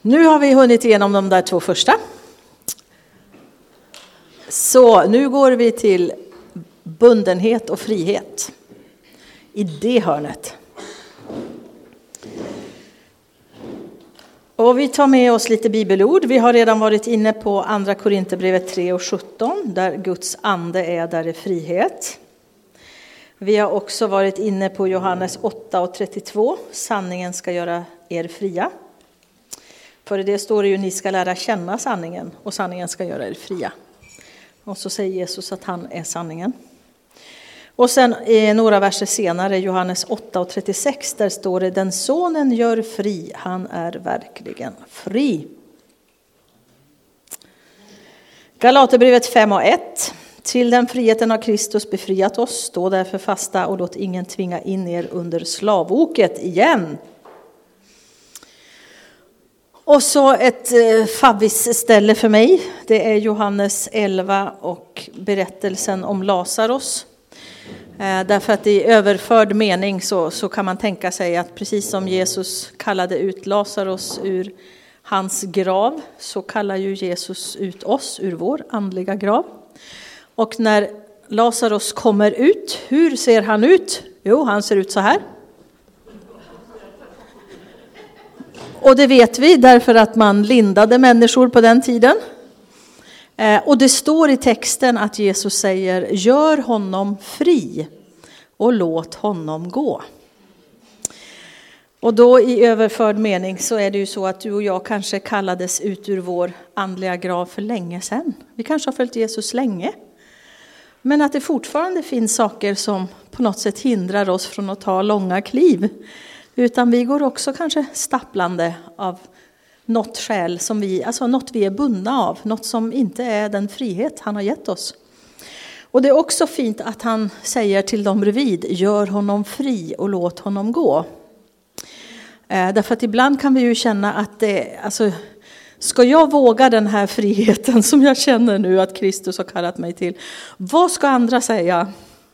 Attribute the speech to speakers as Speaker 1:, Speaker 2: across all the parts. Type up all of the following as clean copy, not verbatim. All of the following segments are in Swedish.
Speaker 1: Nu har vi hunnit igenom de där 2 första. Så nu går vi till bundenhet och frihet. I det hörnet. Och vi tar med oss lite bibelord. Vi har redan varit inne på Andra Korinthierbrevet 3:17. Där Guds ande är, där är frihet. Vi har också varit inne på Johannes 8:32. Sanningen ska göra er fria. För det står det ju, ni ska lära känna sanningen och sanningen ska göra er fria. Och så säger Jesus att han är sanningen. Och sen några verser senare, Johannes 8:36, där står det, den sonen gör fri, han är verkligen fri. Galaterbrevet 5:1. Till den friheten har Kristus befriat oss, stå därför fasta och låt ingen tvinga in er under slavoket igen. Och så ett favvisställe för mig, det är Johannes 11 och berättelsen om Lazarus. Därför att i överförd mening så kan man tänka sig att precis som Jesus kallade ut Lazarus ur hans grav, så kallar ju Jesus ut oss ur vår andliga grav. Och när Lazarus kommer ut, hur ser han ut? Jo, han ser ut så här. Och det vet vi därför att man lindade människor på den tiden. Och det står i texten att Jesus säger, gör honom fri och låt honom gå. Och då i överförd mening så är det ju så att du och jag kanske kallades ut ur vår andliga grav för länge sedan. Vi kanske har följt Jesus länge. Men att det fortfarande finns saker som på något sätt hindrar oss från att ta långa kliv. Utan vi går också kanske stapplande av något skäl som något vi är bundna av. Något som inte är den frihet han har gett oss. Och det är också fint att han säger till dem bredvid, gör honom fri och låt honom gå. Därför att ibland kan vi ju känna att ska jag våga den här friheten som jag känner nu att Kristus har kallat mig till? Vad ska andra säga?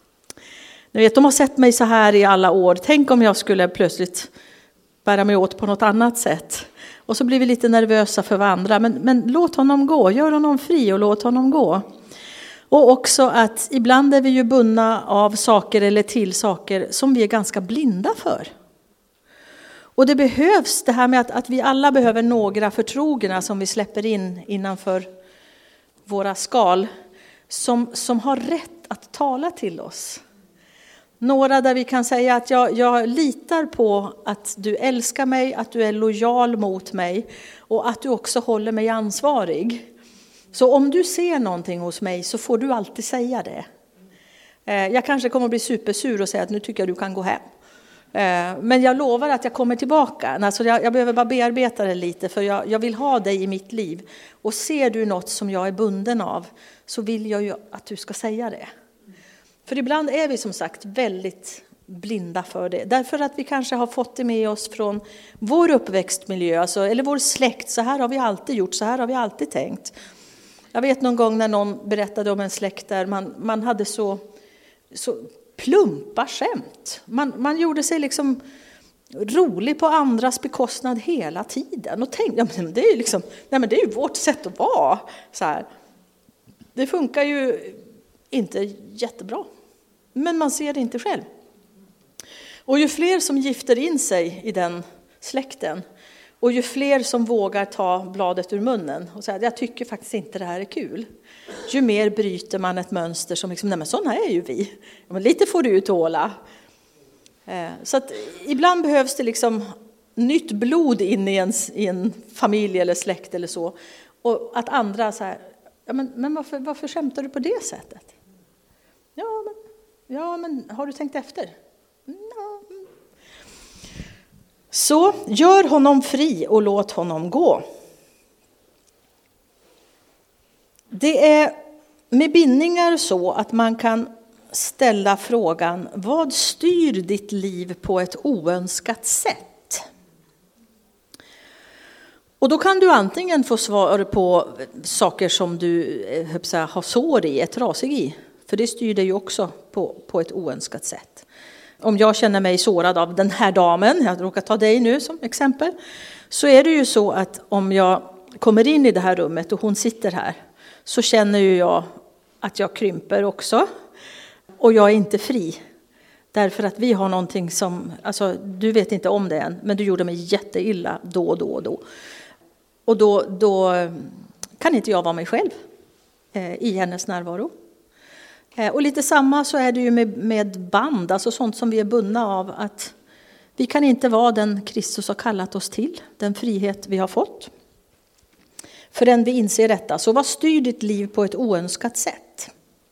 Speaker 1: Ni vet, de har sett mig så här i alla år. Tänk om jag skulle plötsligt bära mig åt på något annat sätt. Och så blir vi lite nervösa för varandra. Men låt honom gå, gör honom fri och låt honom gå. Och också att ibland är vi ju bundna av saker eller till saker som vi är ganska blinda för. Och det behövs det här med att vi alla behöver några förtrogna som vi släpper in innanför våra skal. Som har rätt att tala till oss. Några där vi kan säga att jag litar på att du älskar mig, att du är lojal mot mig och att du också håller mig ansvarig. Så om du ser någonting hos mig så får du alltid säga det. Jag kanske kommer att bli supersur och säga att nu tycker jag du kan gå hem. Men jag lovar att jag kommer tillbaka. Alltså jag behöver bara bearbeta det lite för jag vill ha dig i mitt liv. Och ser du något som jag är bunden av så vill jag ju att du ska säga det. För ibland är vi som sagt väldigt blinda för det. Därför att vi kanske har fått det med oss från vår uppväxtmiljö. Eller vår släkt. Så här har vi alltid gjort. Så här har vi alltid tänkt. Jag vet någon gång när någon berättade om en släkt där man hade så plumpa skämt. Man gjorde sig liksom rolig på andras bekostnad hela tiden. Och tänkte, det är ju vårt sätt att vara. Så här. Det funkar ju inte jättebra. Men man ser det inte själv. Och ju fler som gifter in sig i den släkten. Och ju fler som vågar ta bladet ur munnen. Och säga, jag tycker faktiskt inte det här är kul. Ju mer bryter man ett mönster som liksom, nej men sådana är ju vi. Men lite får du tåla. Så att ibland behövs det liksom nytt blod in i en familj eller släkt eller så. Och att andra så här, men varför skämtar du på det sättet? Ja, men har du tänkt efter? Ja. Så gör honom fri och låt honom gå. Det är med bindningar så att man kan ställa frågan, vad styr ditt liv på ett oönskat sätt? Och då kan du antingen få svar på saker som du har sår i, är trasig i. För det styr dig ju också på ett oönskat sätt. Om jag känner mig sårad av den här damen, jag råkar ta dig nu som exempel, så är det ju så att om jag kommer in i det här rummet och hon sitter här, så känner ju jag att jag krymper också. Och jag är inte fri. Därför att vi har någonting som, alltså du vet inte om det än, men du gjorde mig jätteilla då. Och då kan inte jag vara mig själv i hennes närvaro. Och lite samma så är det ju med band, alltså sånt som vi är bundna av, att vi kan inte vara den Kristus har kallat oss till, den frihet vi har fått. Förrän vi inser detta, så vad styr ditt liv på ett oönskat sätt?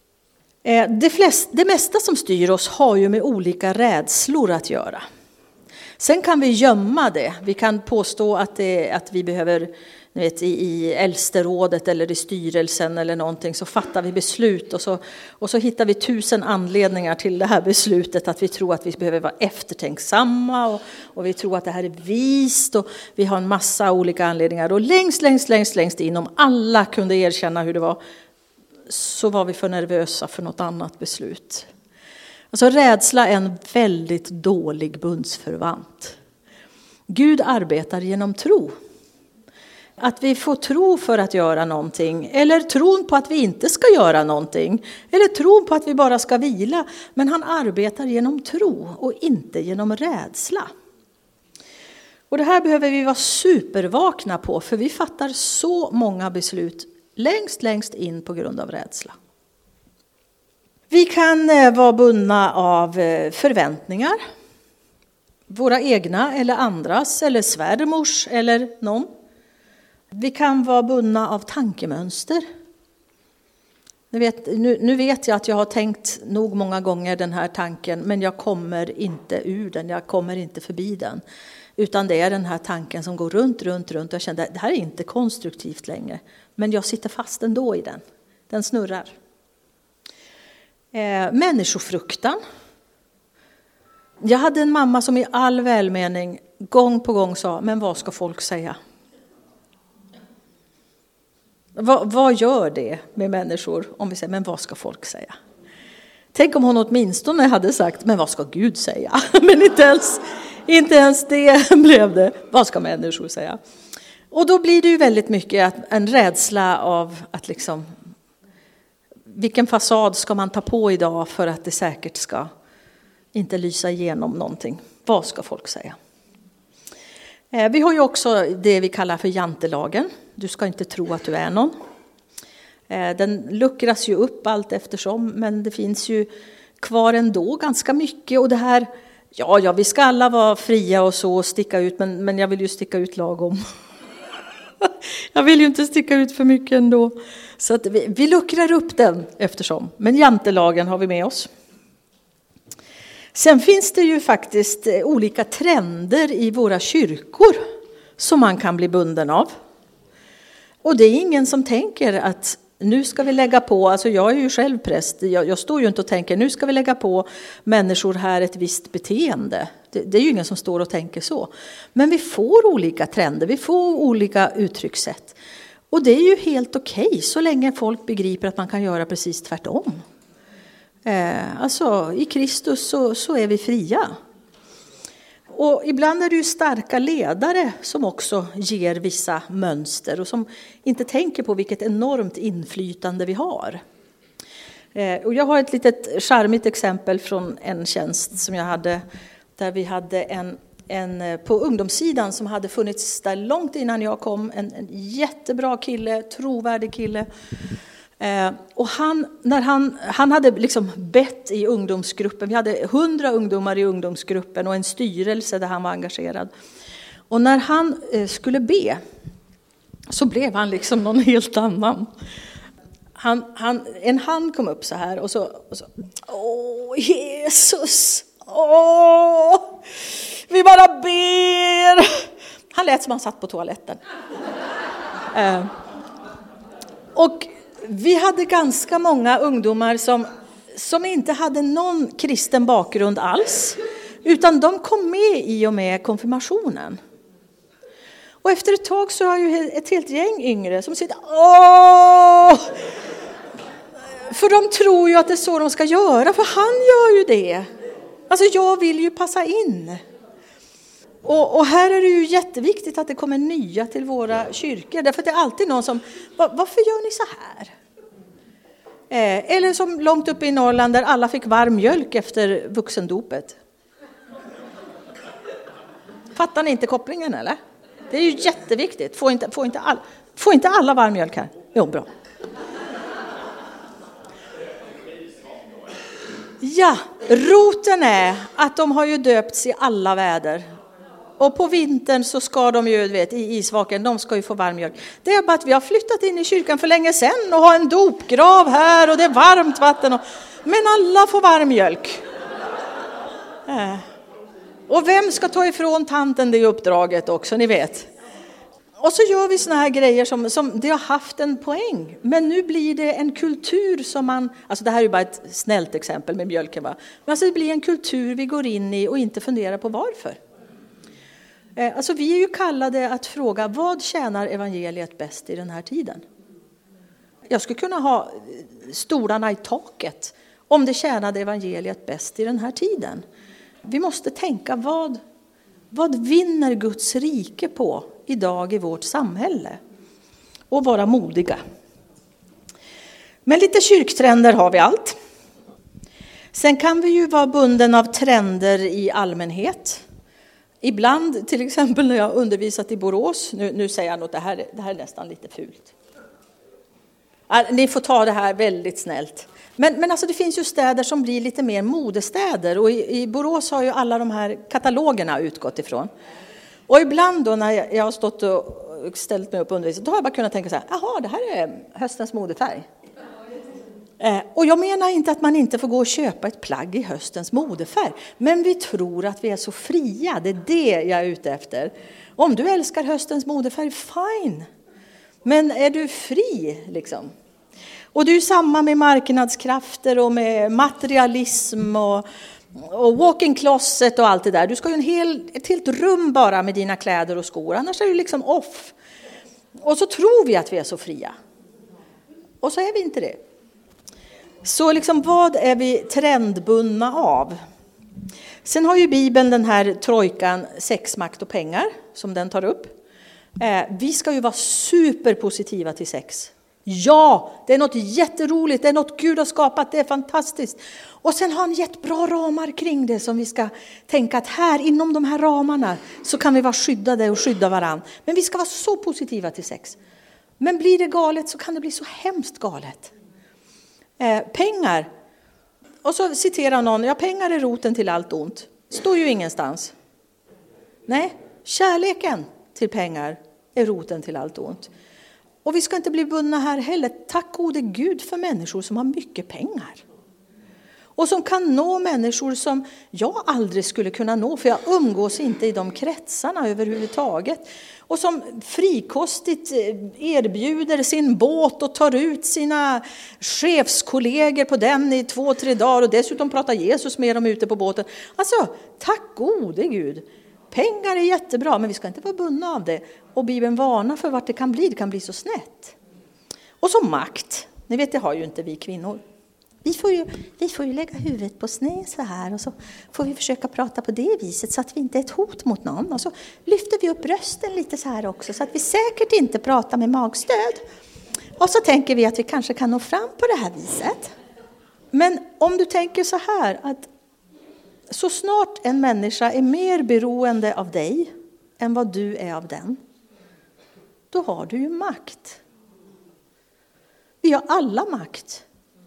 Speaker 1: Det mesta som styr oss har ju med olika rädslor att göra. Sen kan vi gömma det. Vi kan påstå att vi behöver, ni vet, i äldsterådet eller i styrelsen eller någonting, så fattar vi beslut och så hittar vi 1000 anledningar till det här beslutet, att vi tror att vi behöver vara eftertänksamma och vi tror att det här är vist, och vi har en massa olika anledningar. Och längst in, om alla kunde erkänna hur det var, så var vi för nervösa för något annat beslut. Alltså rädsla är en väldigt dålig bundsförvant. Gud arbetar genom tro. Att vi får tro för att göra någonting, eller tron på att vi inte ska göra någonting, eller tron på att vi bara ska vila. Men han arbetar genom tro och inte genom rädsla. Och det här behöver vi vara supervakna på, för vi fattar så många beslut längst in på grund av rädsla. Vi kan vara bundna av förväntningar. Våra egna eller andras eller svärmors eller någon. Vi kan vara bundna av tankemönster. Nu vet jag att jag har tänkt nog många gånger den här tanken, men jag kommer inte ur den, jag kommer inte förbi den. Utan det är den här tanken som går runt. Jag kände att det här är inte konstruktivt längre. Men jag sitter fast ändå i den. Den snurrar. Människofruktan. Jag hade en mamma som i all välmening gång på gång sa, men vad ska folk säga? Vad gör det med människor om vi säger, men vad ska folk säga? Tänk om hon åtminstone hade sagt, men vad ska Gud säga? Men inte ens det blev det. Vad ska människor säga? Och då blir det ju väldigt mycket en rädsla av att liksom, vilken fasad ska man ta på idag för att det säkert ska inte lysa igenom någonting? Vad ska folk säga? Vi har ju också det vi kallar för jantelagen. Du ska inte tro att du är någon. Den luckras ju upp allt eftersom, men det finns ju kvar ändå ganska mycket. Och det här, ja, vi ska alla vara fria och så och sticka ut, men jag vill ju sticka ut lagom. Jag vill ju inte sticka ut för mycket ändå. Så att vi luckrar upp den eftersom. Men jantelagen har vi med oss. Sen finns det ju faktiskt olika trender i våra kyrkor som man kan bli bunden av. Och det är ingen som tänker att nu ska vi lägga på, alltså jag är ju själv präst, jag står ju inte och tänker nu ska vi lägga på människor här ett visst beteende. Det är ju ingen som står och tänker så. Men vi får olika trender, vi får olika uttryckssätt. Och det är ju helt okej så länge folk begriper att man kan göra precis tvärtom. Alltså i Kristus så är vi fria. Och ibland är det ju starka ledare som också ger vissa mönster och som inte tänker på vilket enormt inflytande vi har. Och jag har ett litet charmigt exempel från en tjänst som jag hade, där vi hade en på ungdomssidan som hade funnits där långt innan jag kom, en jättebra kille, trovärdig kille. Och han hade liksom bett i ungdomsgruppen. Vi hade 100 ungdomar i ungdomsgruppen och en styrelse där han var engagerad. Och när han skulle be så blev han liksom någon helt annan. En hand kom upp så här och så åh Jesus, vi bara ber. Han lät som han satt på toaletten. Och vi hade ganska många ungdomar som inte hade någon kristen bakgrund alls. Utan de kom med i och med konfirmationen. Och efter ett tag så har ju ett helt gäng yngre som sitter för de tror ju att det är så de ska göra. För han gör ju det. Alltså jag vill ju passa in. Och här är det ju jätteviktigt att det kommer nya till våra kyrkor. Därför att det är alltid någon som, varför gör ni så här? Eller som långt uppe i Norrland där alla fick varm mjölk efter vuxendopet. Fattar ni inte kopplingen eller? Det är ju jätteviktigt. Får inte alla varm mjölk här? Jo, bra. Ja, roten är att de har ju döpts i alla väder. Och på vintern så ska de ju, i isvaken, de ska ju få varm mjölk. Det är bara att vi har flyttat in i kyrkan för länge sedan och har en dopgrav här och det är varmt vatten. Men alla får varm mjölk. Och vem ska ta ifrån tanten det uppdraget också, ni vet. Och så gör vi såna här grejer som det har haft en poäng. Men nu blir det en kultur som man, alltså det här är ju bara ett snällt exempel med mjölken va. Men alltså det blir en kultur vi går in i och inte funderar på varför. Alltså vi är ju kallade att fråga, vad tjänar evangeliet bäst i den här tiden? Jag skulle kunna ha stolarna i taket om det tjänade evangeliet bäst i den här tiden. Vi måste tänka, vad vinner Guds rike på idag i vårt samhälle? Och vara modiga. Men lite kyrktrender har vi allt. Sen kan vi ju vara bunden av trender i allmänhet. Ibland, till exempel när jag undervisat i Borås, nu säger jag något, det här är nästan lite fult. Ni får ta det här väldigt snällt. Men alltså det finns ju städer som blir lite mer modestäder. Och i Borås har ju alla de här katalogerna utgått ifrån. Och ibland då när jag har stått och ställt mig upp och undervisat, då har jag bara kunnat tänka så här, jaha, det här är höstens modefärg. Och jag menar inte att man inte får gå och köpa ett plagg i höstens modefärg. Men vi tror att vi är så fria, det är det jag är ute efter. Om du älskar höstens modefärg, fine. Men är du fri liksom? Och det är ju samma med marknadskrafter och med materialism och walk-in closet och allt det där. Du ska ju ett helt rum bara med dina kläder och skor, annars är du liksom off. Och så tror vi att vi är så fria. Och så är vi inte det. Så liksom, vad är vi trendbundna av? Sen har ju Bibeln den här trojkan sex, makt och pengar som den tar upp. Vi ska ju vara superpositiva till sex. Ja, det är något jätteroligt, det är något Gud har skapat, det är fantastiskt. Och sen har han gett bra ramar kring det som vi ska tänka att här inom de här ramarna så kan vi vara skyddade och skydda varandra. Men vi ska vara så positiva till sex. Men blir det galet så kan det bli så hemskt galet. Pengar. Och så citerar någon, ja pengar är roten till allt ont. Står ju ingenstans. Nej, kärleken till pengar är roten till allt ont. Och vi ska inte bli bundna här heller. Tack gode Gud för människor som har mycket pengar. Och som kan nå människor som jag aldrig skulle kunna nå. För jag umgås inte i de kretsarna överhuvudtaget. Och som frikostigt erbjuder sin båt och tar ut sina chefskollegor på den i 2-3 dagar. Och dessutom pratar Jesus med dem ute på båten. Alltså, tack gode Gud. Pengar är jättebra, men vi ska inte vara bundna av det. Och Bibeln varnar för vart det kan bli så snett. Och så makt. Ni vet, det har ju inte vi kvinnor. Vi får ju lägga huvudet på sned så här. Och så får vi försöka prata på det viset så att vi inte är ett hot mot någon. Och så lyfter vi upp rösten lite så här också. Så att vi säkert inte pratar med magstöd. Och så tänker vi att vi kanske kan nå fram på det här viset. Men om du tänker så här att så snart en människa är mer beroende av dig än vad du är av den, då har du ju makt. Vi har alla makt.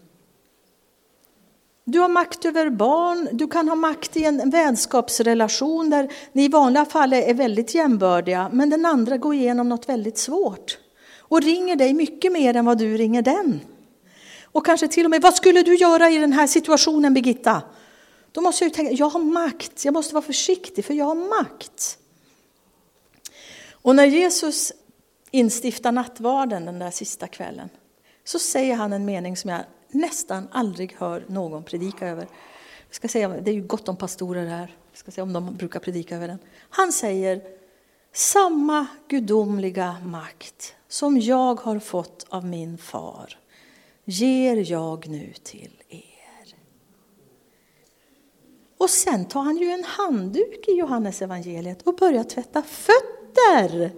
Speaker 1: Du har makt över barn, du kan ha makt i en vänskapsrelation där ni i vanliga fall är väldigt jämbördiga, men den andra går igenom något väldigt svårt och ringer dig mycket mer än vad du ringer den. Och kanske till och med, vad skulle du göra i den här situationen, Birgitta? Då måste jag ju tänka, jag har makt, jag måste vara försiktig för jag har makt. Och när Jesus instiftar nattvarden den där sista kvällen så säger han en mening som jag nästan aldrig hör någon predika över. Jag ska säga, det är ju gott om pastorer här. Jag ska se om de brukar predika över den. Han säger, samma gudomliga makt som jag har fått av min far ger jag nu till er. Och sen tar han ju en handduk i Johannes evangeliet och börjar tvätta fötter.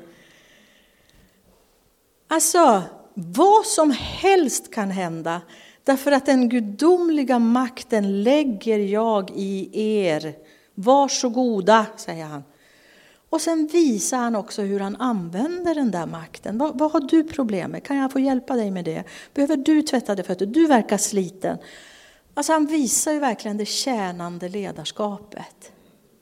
Speaker 1: Alltså, vad som helst kan hända. Därför att den gudomliga makten lägger jag i er. Varsågoda, säger han. Och sen visar han också hur han använder den där makten. Vad har du problem med? Kan jag få hjälpa dig med det? Behöver du tvätta dig fötter? Du verkar sliten. Alltså han visar ju verkligen det tjänande ledarskapet.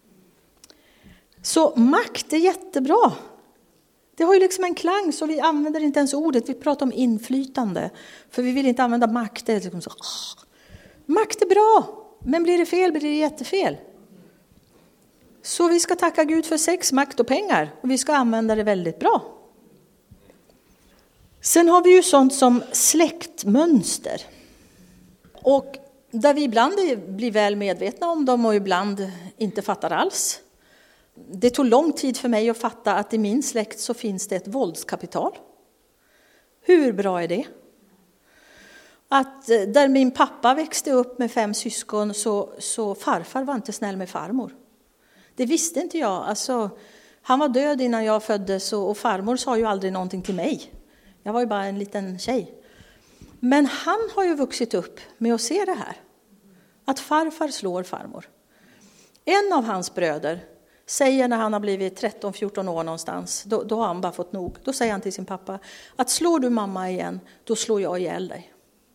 Speaker 1: Så makt är jättebra. Det har ju liksom en klang så vi använder inte ens ordet. Vi pratar om inflytande. För vi vill inte använda makt. Det är liksom så, makt är bra. Men blir det fel blir det jättefel. Så vi ska tacka Gud för sex, makt och pengar. Och vi ska använda det väldigt bra. Sen har vi ju sånt som släktmönster. Och där vi ibland blir väl medvetna om dem och ibland inte fattar alls. Det tog lång tid för mig att fatta att i min släkt så finns det ett våldskapital. Hur bra är det? Att där min pappa växte upp med 5 syskon så farfar var inte snäll med farmor. Det visste inte jag. Alltså, han var död innan jag föddes och farmor sa ju aldrig någonting till mig. Jag var ju bara en liten tjej. Men han har ju vuxit upp med att se det här. Att farfar slår farmor. En av hans bröder säger när han har blivit 13-14 år någonstans, då har han bara fått nog. Då säger han till sin pappa att slår du mamma igen, då slår jag ihjäl dig.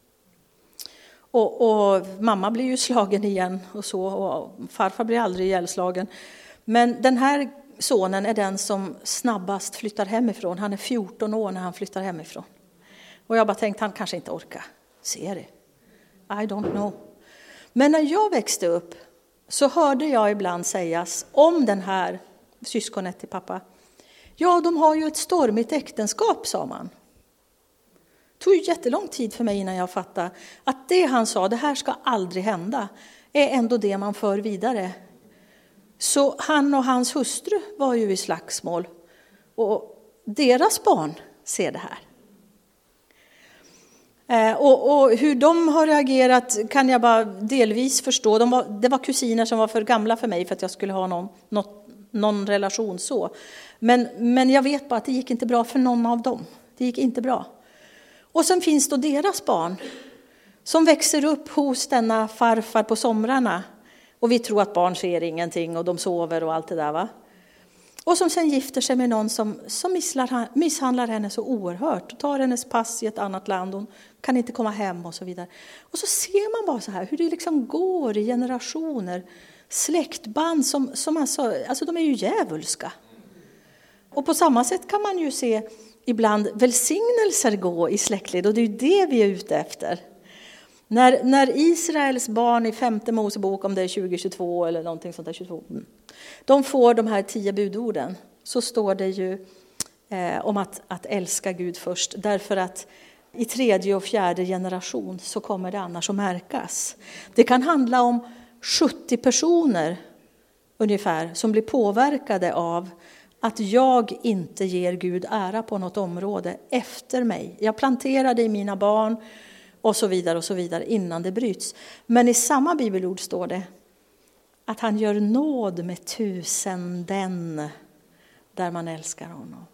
Speaker 1: Och mamma blir ju slagen igen och så, och farfar blir aldrig ihjälslagen. Men den här sonen är den som snabbast flyttar hemifrån. Han är 14 år när han flyttar hemifrån. Och jag bara tänkte, han kanske inte orkar se det. I don't know. Men när jag växte upp så hörde jag ibland sägas om den här syskonet till pappa. Ja, de har ju ett stormigt äktenskap, sa man. Det tog ju jättelång tid för mig innan jag fattade att det han sa, det här ska aldrig hända, är ändå det man för vidare. Så han och hans hustru var ju i slagsmål och deras barn ser det här. Och hur de har reagerat kan jag bara delvis förstå. Det var kusiner som var för gamla för mig för att jag skulle ha någon relation så. Men jag vet bara att det gick inte bra för någon av dem. Det gick inte bra. Och sen finns då deras barn som växer upp hos denna farfar på somrarna. Och vi tror att barn ser ingenting och de sover och allt det där, va? Och som sen gifter sig med någon som misshandlar henne så oerhört. Tar hennes pass i ett annat land, hon kan inte komma hem och så vidare. Och så ser man bara så här hur det liksom går i generationer. Släktband som alltså de är ju djävulska. Och på samma sätt kan man ju se ibland välsignelser gå i släktled. Och det är ju det vi är ute efter. När Israels barn i 5:e Mosebok, om det är 2022 eller någonting sånt där, 22, de får de här 10 budorden, så står det ju om att älska Gud först. Därför att i 3:e och 4:e generation så kommer det annars att märkas. Det kan handla om 70 personer ungefär som blir påverkade av att jag inte ger Gud ära på något område efter mig. Jag planterade i mina barn och så vidare innan det bryts. Men i samma bibelord står det att han gör nåd med 1000 där man älskar honom.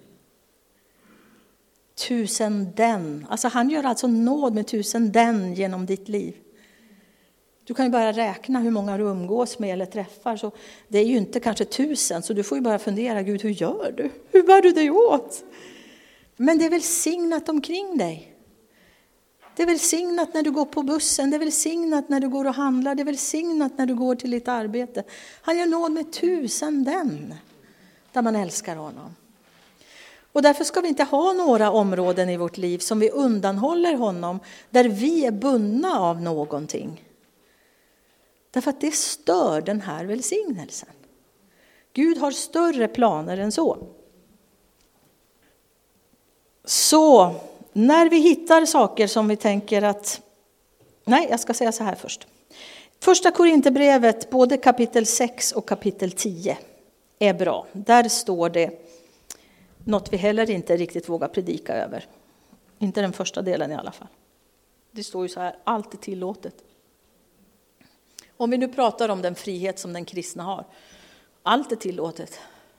Speaker 1: 1000. Alltså han gör alltså nåd med 1000 genom ditt liv. Du kan ju bara räkna hur många du umgås med eller träffar. Så det är ju inte kanske 1000, så du får ju bara fundera, Gud, hur gör du? Hur bär du dig åt? Men det är välsignat omkring dig. Det är välsignat när du går på bussen, det är välsignat när du går och handlar, det är välsignat när du går till ditt arbete. Han gör nåd med 1000 där man älskar honom. Och därför ska vi inte ha några områden i vårt liv som vi undanhåller honom, där vi är bundna av någonting. Därför att det stör den här välsignelsen. Gud har större planer än så. Så när vi hittar saker som vi tänker att... Nej, jag ska säga så här först. Första Korinthierbrevet, både kapitel 6 och kapitel 10 är bra. Där står det något vi heller inte riktigt vågar predika över. Inte den första delen i alla fall. Det står ju så här, allt är tillåtet. Om vi nu pratar om den frihet som den kristna har. Allt är tillåtet.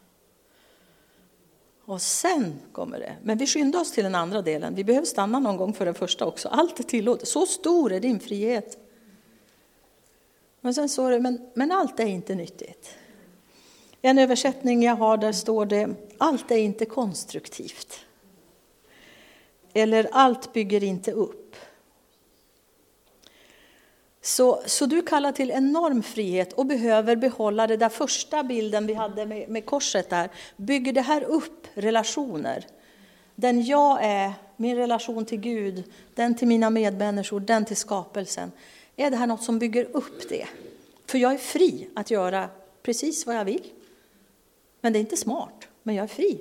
Speaker 1: Och sen kommer det. Men vi skyndar oss till den andra delen. Vi behöver stanna någon gång för den första också. Allt är tillåtet. Så stor är din frihet. Men sen står det, men allt är inte nyttigt. En översättning jag har där står det, allt är inte konstruktivt. Eller allt bygger inte upp. Så du kallar till enorm frihet och behöver behålla det där första bilden vi hade med korset där. Bygger det här upp relationer? Den jag är, min relation till Gud, den till mina medmänniskor, den till skapelsen. Är det här något som bygger upp det? För jag är fri att göra precis vad jag vill. Men det är inte smart, men jag är fri.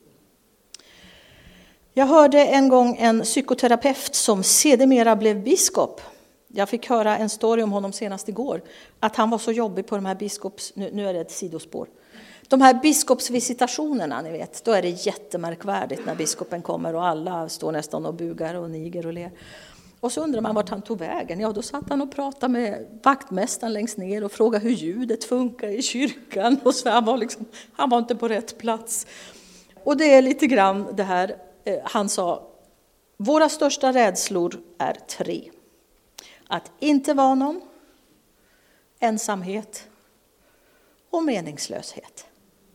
Speaker 1: Jag hörde en gång en psykoterapeut som sedermera blev biskop. Jag fick höra en story om honom senast igår. Att han var så jobbig på de här nu är det ett sidospår. De här biskopsvisitationerna, ni vet. Då är det jättemärkvärdigt när biskopen kommer och alla står nästan och bugar och niger och ler. Och så undrar man vart han tog vägen. Ja, då satt han och pratade med vaktmästaren längst ner och frågade hur ljudet funkar i kyrkan. Och så han var inte på rätt plats. Och det är lite grann det här. Han sa, våra största rädslor är 3. Att inte vara någon, ensamhet och meningslöshet.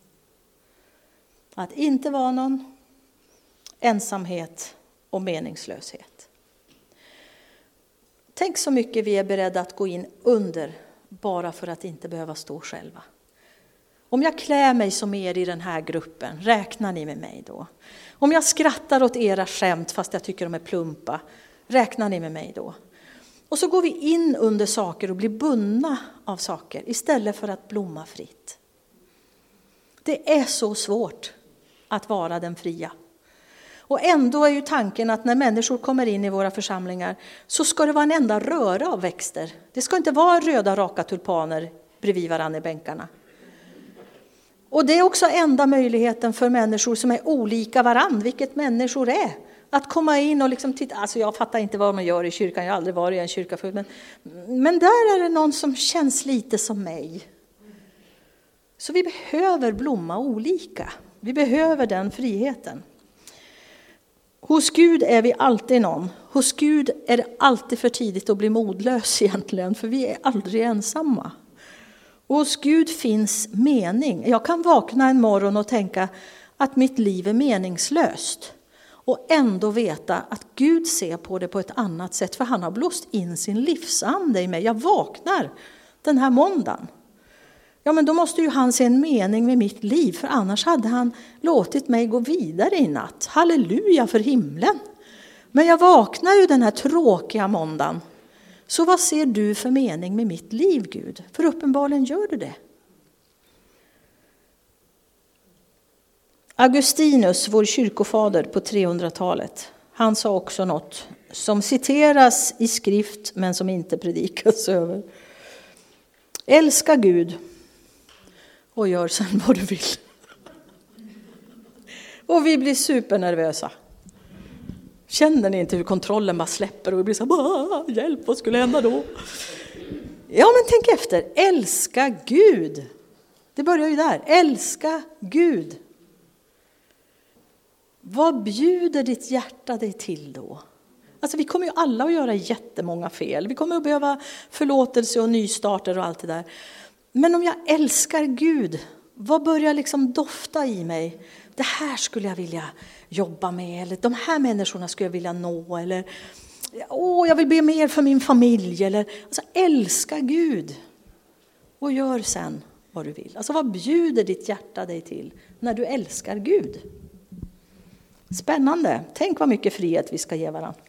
Speaker 1: Att inte vara någon, ensamhet och meningslöshet. Tänk så mycket vi är beredda att gå in under bara för att inte behöva stå själva. Om jag klär mig som er i den här gruppen, räknar ni med mig då? Om jag skrattar åt era skämt fast jag tycker de är plumpa, räknar ni med mig då? Och så går vi in under saker och blir bundna av saker istället för att blomma fritt. Det är så svårt att vara den fria. Och ändå är ju tanken att när människor kommer in i våra församlingar så ska det vara en enda röra av växter. Det ska inte vara röda raka tulpaner bredvid varandra i bänkarna. Och det är också enda möjligheten för människor som är olika varandra, vilket människor är. Att komma in och liksom titta, alltså jag fattar inte vad man gör i kyrkan, jag har aldrig varit i en kyrka förut. Men där är det någon som känns lite som mig. Så vi behöver blomma olika. Vi behöver den friheten. Hos Gud är vi alltid någon. Hos Gud är det alltid för tidigt att bli modlös egentligen, för vi är aldrig ensamma. Och hos Gud finns mening. Jag kan vakna en morgon och tänka att mitt liv är meningslöst. Och ändå veta att Gud ser på det på ett annat sätt. För han har blåst in sin livsande i mig. Jag vaknar den här måndagen. Ja, men då måste ju han se en mening med mitt liv. För annars hade han låtit mig gå vidare i natt. Halleluja för himlen. Men jag vaknar ju den här tråkiga måndagen. Så vad ser du för mening med mitt liv, Gud? För uppenbarligen gör du det. Augustinus, vår kyrkofader på 300-talet, han sa också något som citeras i skrift men som inte predikas över. Älska Gud och gör sen vad du vill. Och vi blir supernervösa. Känner ni inte hur kontrollen bara släpper och vi blir så här, hjälp, vad skulle hända då? Ja, men tänk efter. Älska Gud. Det börjar ju där. Älska Gud. Vad bjuder ditt hjärta dig till då? Alltså vi kommer ju alla att göra jättemånga fel. Vi kommer att behöva förlåtelse och nystarter och allt det där. Men om jag älskar Gud, vad börjar liksom dofta i mig? Det här skulle jag vilja jobba med. Eller de här människorna skulle jag vilja nå. Eller jag vill be mer för min familj. Eller, alltså älska Gud. Och gör sen vad du vill. Alltså vad bjuder ditt hjärta dig till när du älskar Gud? Spännande. Tänk vad mycket frihet vi ska ge varandra.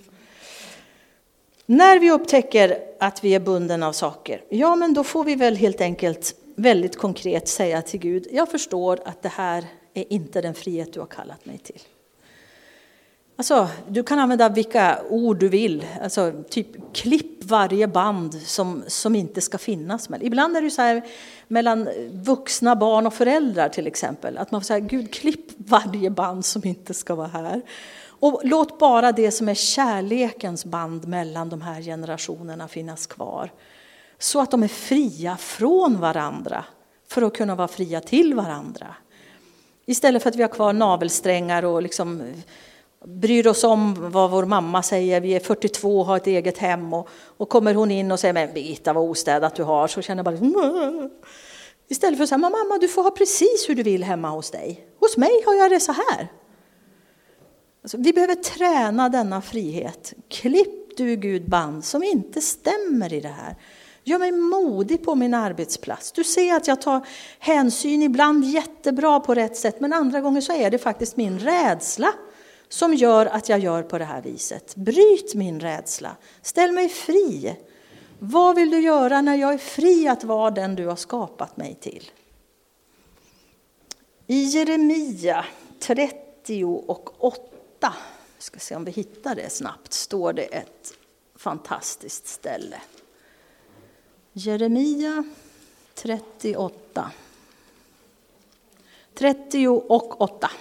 Speaker 1: När vi upptäcker att vi är bunden av saker, ja men då får vi väl helt enkelt väldigt konkret säga till Gud, jag förstår att det här är inte den frihet du har kallat mig till. Alltså, du kan använda vilka ord du vill. Alltså, typ klipp varje band som inte ska finnas. Men ibland är det så här mellan vuxna barn och föräldrar till exempel. Att man får säga, Gud, klipp varje band som inte ska vara här. Och låt bara det som är kärlekens band mellan de här generationerna finnas kvar. Så att de är fria från varandra för att kunna vara fria till varandra. Istället för att vi har kvar navelsträngar och liksom bryr oss om vad vår mamma säger. Vi är 42 och har ett eget hem. Och kommer hon in och säger, men Birgitta vad ostädat du har. Så känner jag bara, istället för att säga, mamma du får ha precis hur du vill hemma hos dig. Hos mig har jag det så här. Alltså, vi behöver träna denna frihet. Klipp du Gud band som inte stämmer i det här. Gör mig modig på min arbetsplats. Du ser att jag tar hänsyn ibland jättebra på rätt sätt. Men andra gånger så är det faktiskt min rädsla som gör att jag gör på det här viset. Bryt min rädsla. Ställ mig fri. Vad vill du göra när jag är fri att vara den du har skapat mig till? I Jeremia 30:8, ska se om vi hittar det snabbt, står det ett fantastiskt ställe. Jeremia 38. 30:8.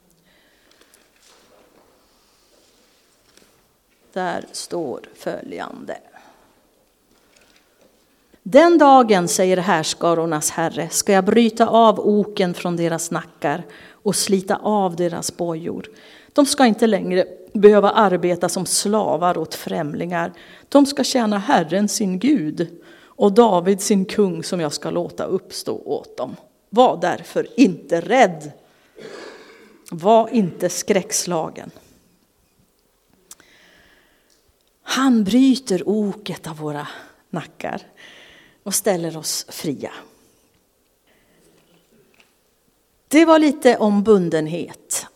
Speaker 1: Där står följande. Den dagen, säger härskarornas Herre, ska jag bryta av oken från deras nackar och slita av deras bojor. De ska inte längre behöva arbeta som slavar åt främlingar. De ska tjäna Herren sin Gud och David sin kung som jag ska låta uppstå åt dem. Var därför inte rädd. Var inte skräckslagen. Han bryter oket av våra nackar och ställer oss fria. Det var lite om bundenhet.